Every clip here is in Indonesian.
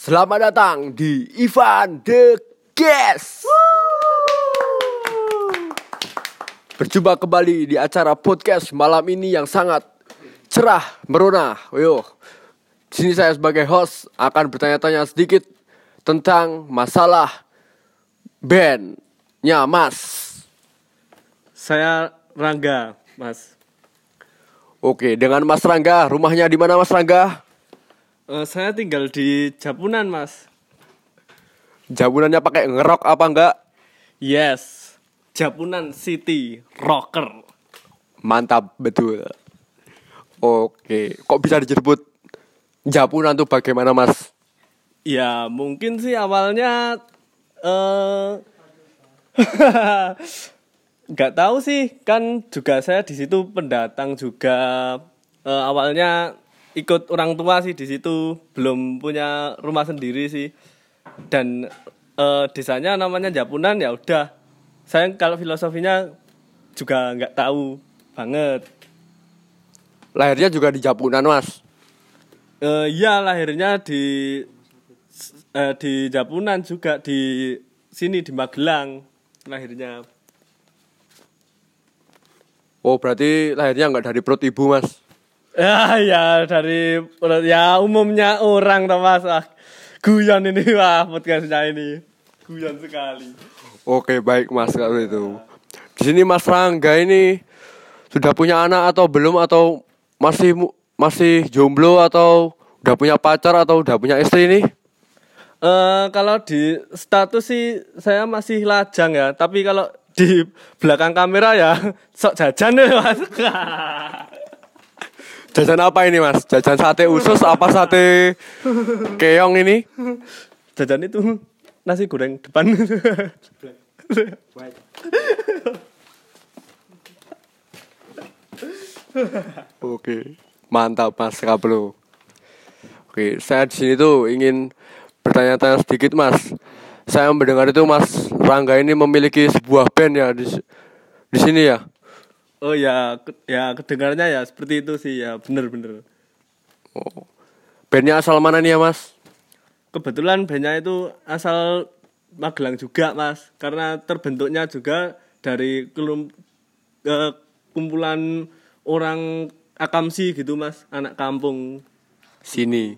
Selamat datang di Ivan The Guest. Berjumpa kembali di acara podcast malam ini yang sangat cerah merona. Di sini saya sebagai host akan bertanya-tanya sedikit tentang masalah bandnya Mas. Saya Rangga, Mas. Oke, dengan Mas Rangga, rumahnya di mana Mas Rangga? Saya tinggal di Japunan, Mas. Jabunannya pakai ngerok apa enggak? Yes, Japunan City Rocker. Mantap, betul. Oke, kok bisa dijemput Japunan tuh bagaimana Mas? Ya, mungkin sih awalnya nggak tahu sih, kan juga saya di situ pendatang juga. Awalnya ikut orang tua sih di situ, belum punya rumah sendiri sih. Dan desanya namanya Japunan, ya udah. Saya kalau filosofinya juga nggak tahu banget. Lahirnya juga di Japunan Mas. Iya, lahirnya di Japunan juga, di sini di Magelang lahirnya. Oh, berarti lahirnya enggak dari perut ibu Mas. Ya dari ya umumnya orang toh Mas. Guyon ini, podcastnya ini guyon sekali. Oke, baik Mas kalau itu. Di sini Mas Rangga ini sudah punya anak atau belum, atau masih jomblo, atau udah punya pacar atau udah punya istri nih? Kalau di status sih saya masih lajang ya, tapi kalau di belakang kamera ya sok jajan ya Mas. Jajan apa ini Mas? Jajan sate usus apa sate keong ini? Jajan itu nasi goreng depan. Oke, mantap Mas Kablo. Oke, saya di sini tuh ingin bertanya-tanya sedikit Mas. Saya mendengar itu Mas Rangga ini memiliki sebuah band ya di sini ya. Oh ya, ya kedengarnya ya seperti itu sih ya, bener. Oh. Bandnya asal mana nih ya Mas? Kebetulan bandnya itu asal Magelang juga Mas, karena terbentuknya juga dari kumpulan orang akamsi gitu Mas, anak kampung sini.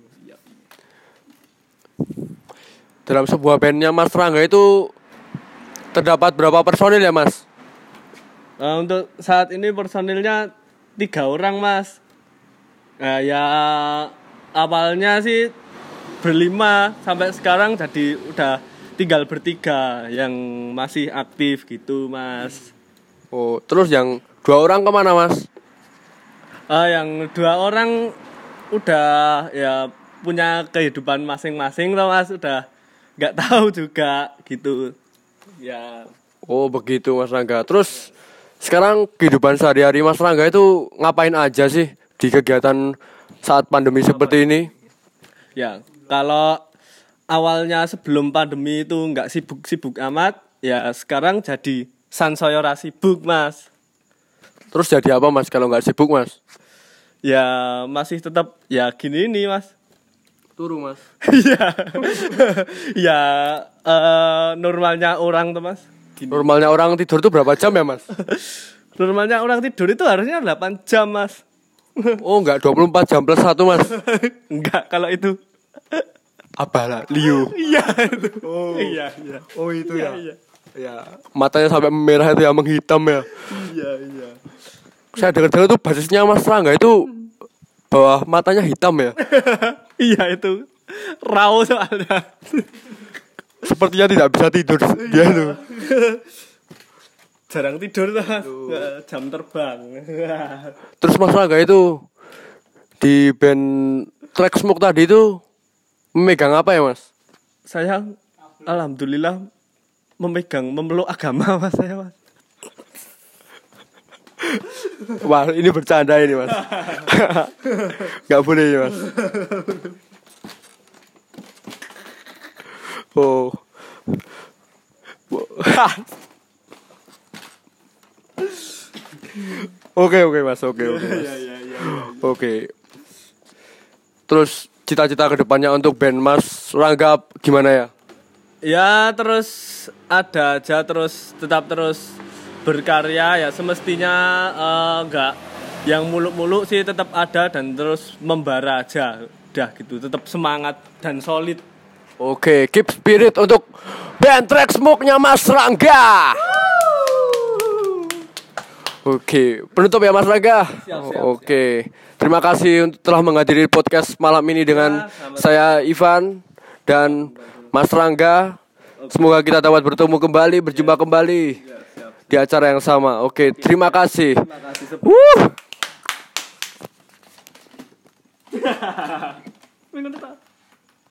Dalam sebuah bandnya Mas Rangga itu terdapat berapa personil ya Mas? Untuk saat ini personilnya 3 orang Mas. Ya awalnya sih berlima, sampai sekarang jadi udah tinggal bertiga yang masih aktif gitu Mas. Oh, terus yang 2 orang kemana Mas? Yang 2 orang udah ya punya kehidupan masing-masing loh Mas, udah nggak tahu juga gitu ya. Oh begitu Mas Rangga. Terus sekarang kehidupan sehari-hari Mas Rangga itu ngapain aja sih di kegiatan saat pandemi seperti ini? Ya, kalau awalnya sebelum pandemi itu nggak sibuk-sibuk amat, ya sekarang jadi sansaya ora sibuk Mas. Terus jadi apa Mas kalau nggak sibuk Mas? Ya masih tetap ya gini nih Mas. Turu Mas. Iya. Ya normalnya orang tuh Mas. Gini. Normalnya orang tidur tuh berapa jam ya Mas? Normalnya orang tidur itu harusnya 8 jam Mas. Oh enggak, 24 jam plus 1 Mas. Enggak, kalau itu apalah Liu. Iya itu. Oh. Iya. Oh itu ya. Iya. Ya, matanya sampai merah itu ya, menghitam ya. Iya. Saya dengar-dengar tuh basisnya Mas Rangga itu bawah matanya hitam ya. Iya itu. Raw soalnya. Sepertinya tidak bisa tidur dia tuh. Jarang tidur tuh Mas. Jam terbang. Terus Mas Rangga itu di band Track Smoke tadi itu memegang apa ya Mas? Saya alhamdulillah memeluk agama Mas, saya Mas. Wah ini bercanda ini Mas. Gak boleh ya Mas. Oh. Oke Mas, oke. Oke. Terus cita-cita kedepannya untuk band Mas Rangga gimana ya? Ya terus ada aja, terus tetap terus berkarya ya, semestinya enggak yang muluk-muluk sih, tetap ada dan terus membara aja udah gitu, tetap semangat dan solid. Oke, keep spirit untuk band Track Smoke-nya Mas Rangga. Oke, penutup ya Mas Rangga. Siap. Oke, terima kasih untuk telah menghadiri podcast malam ini dengan saya Ivan dan Mas Rangga. Semoga kita dapat bertemu kembali, berjumpa kembali di acara yang sama. Oke, terima kasih. Terima kasih.